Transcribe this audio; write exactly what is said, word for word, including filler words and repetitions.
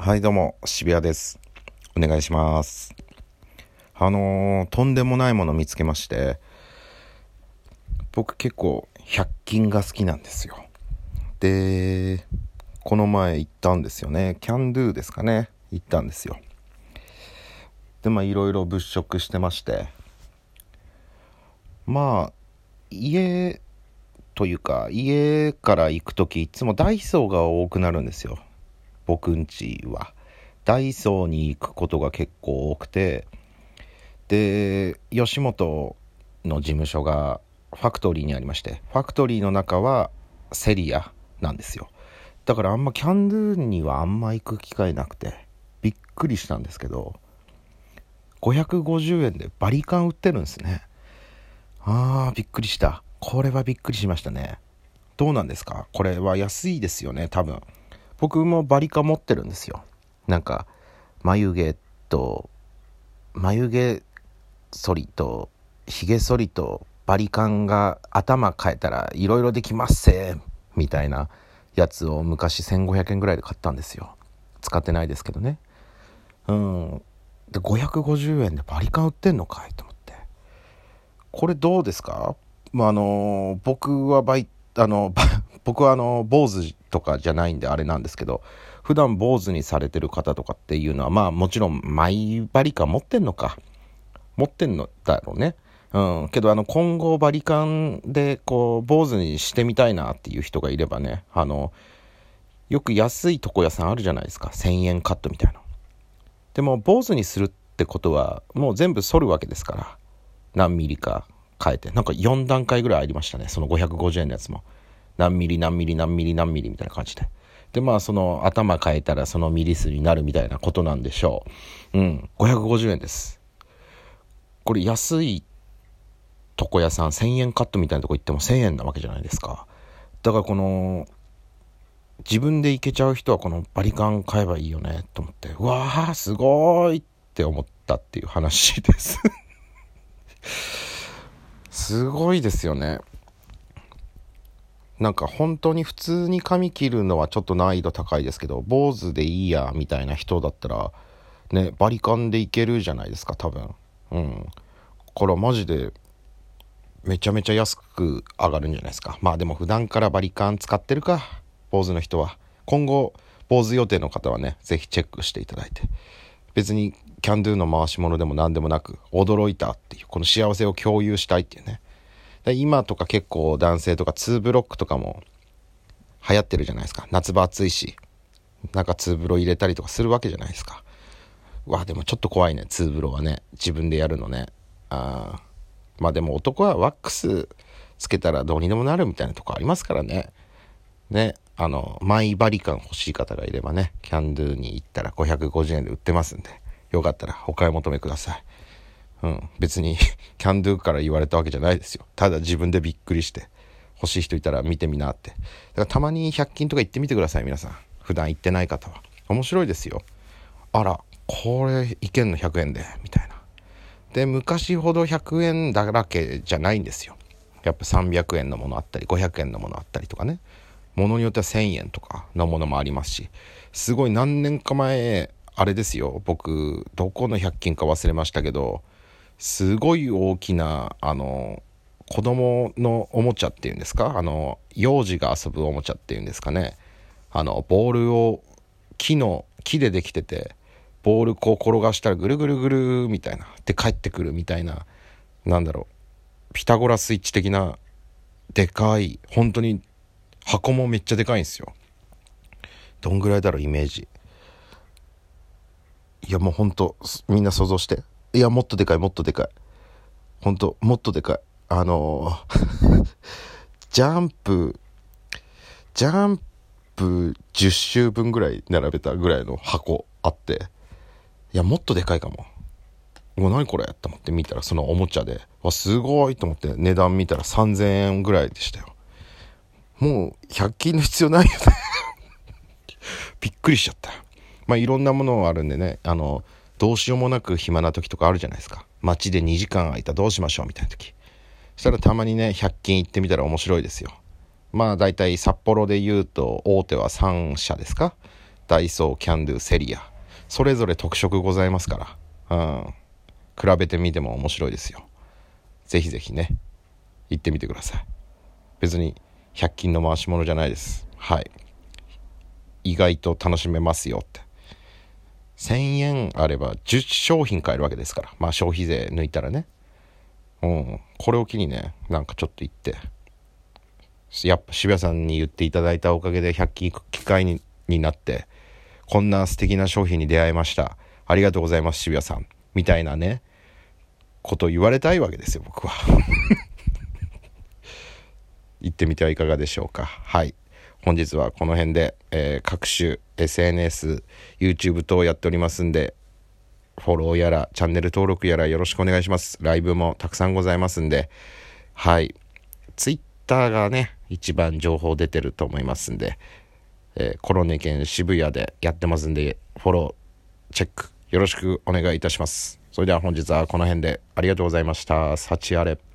はい、どうも渋谷です。お願いします。あのー、とんでもないもの見つけまして、僕結構ひゃく均が好きなんですよ。でこの前行ったんですよね。キャンドゥですかね、行ったんですよ。でまあいろいろ物色してまして、まあ家というか家から行くときいつもダイソーが多くなるんですよ。僕ん家はダイソーに行くことが結構多くて、で吉本の事務所がファクトリーにありまして、ファクトリーの中はセリアなんですよ。だからあんまキャンドゥにはあんま行く機会なくてびっくりしたんですけど、ごひゃくごじゅうえんでバリカン売ってるんですね。あーびっくりした。これはびっくりしましたね。どうなんですか、これは安いですよね。多分僕もバリカン持ってるんですよ。なんか眉毛と眉毛剃りとひげ剃りとバリカンが頭変えたらいろいろできますせみたいなやつを昔せんごひゃくえんぐらいで買ったんですよ。使ってないですけどね。うんでごひゃくごじゅうえんでバリカン売ってんのかいと思って、これどうですか。まああの僕はバイあの僕はあの坊主とかじゃないんであれなんですけど、普段坊主にされてる方とかっていうのはまあもちろんマイバリカン持ってんのか持ってんのだろうね。うん、けどあの今後バリカンでこう坊主にしてみたいなっていう人がいればね、あのよく安い床屋さんあるじゃないですか、せんえんカットみたいな。でも坊主にするってことはもう全部剃るわけですから、何ミリか変えて、なんかよん段階ぐらいありましたね、そのごひゃくごじゅうえんのやつも。何ミリ何ミリ何ミリ何ミリみたいな感じで、でまあその頭変えたらそのミリ数になるみたいなことなんでしょう。うんごひゃくごじゅうえんです。これ安い床屋さんせんえんカットみたいなとこ行ってもせんえんなわけじゃないですか。だからこの自分で行けちゃう人はこのバリカン買えばいいよねと思って、うわーすごいって思ったっていう話ですすごいですよね。なんか本当に普通に髪切るのはちょっと難易度高いですけど、坊主でいいやみたいな人だったらね、バリカンでいけるじゃないですか多分。うんこれはマジでめちゃめちゃ安く上がるんじゃないですか。まあでも普段からバリカン使ってるか、坊主の人は。今後坊主予定の方はね、ぜひチェックしていただいて、別にキャンドゥの回し物でも何でもなく、驚いたっていうこの幸せを共有したいっていうね。で今とか結構男性とかツーブロックとかも流行ってるじゃないですか。夏場暑いしなんかツーブロ入れたりとかするわけじゃないですか。うわでもちょっと怖いね、ツーブロはね、自分でやるのね。あーまあでも男はワックスつけたらどうにでもなるみたいなとこありますからね。ね、あのマイバリカン欲しい方がいればね、キャンドゥに行ったらごひゃくごじゅうえんで売ってますんで、よかったらお買い求めください。うん、別にキャンドゥから言われたわけじゃないですよ。ただ自分でびっくりして欲しい人いたら見てみなって。だからたまにひゃく均とか行ってみてください皆さん。普段行ってない方は面白いですよ。あらこれいけんのひゃくえんでみたいな。で昔ほどひゃくえんだらけじゃないんですよ。やっぱさんびゃくえんのものあったりごひゃくえんのものあったりとかね、ものによってはせんえんとかのものもありますし、すごい何年か前あれですよ、僕どこのひゃく均か忘れましたけど、すごい大きなあの子供のおもちゃっていうんですか、あの幼児が遊ぶおもちゃっていうんですかね、あのボールを木の木でできてて、ボールこう転がしたらぐるぐるぐるみたいなで帰ってくるみたいな、なんだろう、ピタゴラスイッチ的なでかい、本当に箱もめっちゃでかいんですよ。どんぐらいだろうイメージ。いやもう本当みんな想像して、いやもっとでかいもっとでかい、本当もっとでかい。あのー、ジャンプジャンプじゅっ周分ぐらい並べたぐらいの箱あって、いやもっとでかいかも。もう何これと思って見たらそのおもちゃで、わすごいと思って値段見たらさんぜんえんぐらいでしたよ。もうひゃく均の必要ないよねびっくりしちゃった。まあいろんなものあるんでね、あのどうしようもなく暇な時とかあるじゃないですか。街でにじかん空いたどうしましょうみたいな時、そしたらたまにねひゃく均行ってみたら面白いですよ。まあだいたい札幌で言うと大手はさん社ですか。 ダイソー、キャンドゥ、セリア、それぞれ特色ございますから、うん、比べてみても面白いですよ。ぜひぜひね行ってみてください。別にひゃく均の回し物じゃないです。はい、意外と楽しめますよって。せんえんあればじゅっしょうひん買えるわけですから、まあ消費税抜いたらね。うん、これを機にね、なんかちょっと行って、やっぱ渋谷さんに言っていただいたおかげでひゃく均行く機会に、になって、こんな素敵な商品に出会いました、ありがとうございます渋谷さん、みたいなねことを言われたいわけですよ、僕は。行ってみてはいかがでしょうか。はい、本日はこの辺で、えー、各種 エスエヌエス、YouTube 等やっておりますんで、フォローやらチャンネル登録やらよろしくお願いします。ライブもたくさんございますんで、はい、Twitter がね一番情報出てると思いますんで、えー、コロネ県渋谷でやってますんで、フォローチェックよろしくお願いいたします。それでは本日はこの辺でありがとうございました。幸あれ。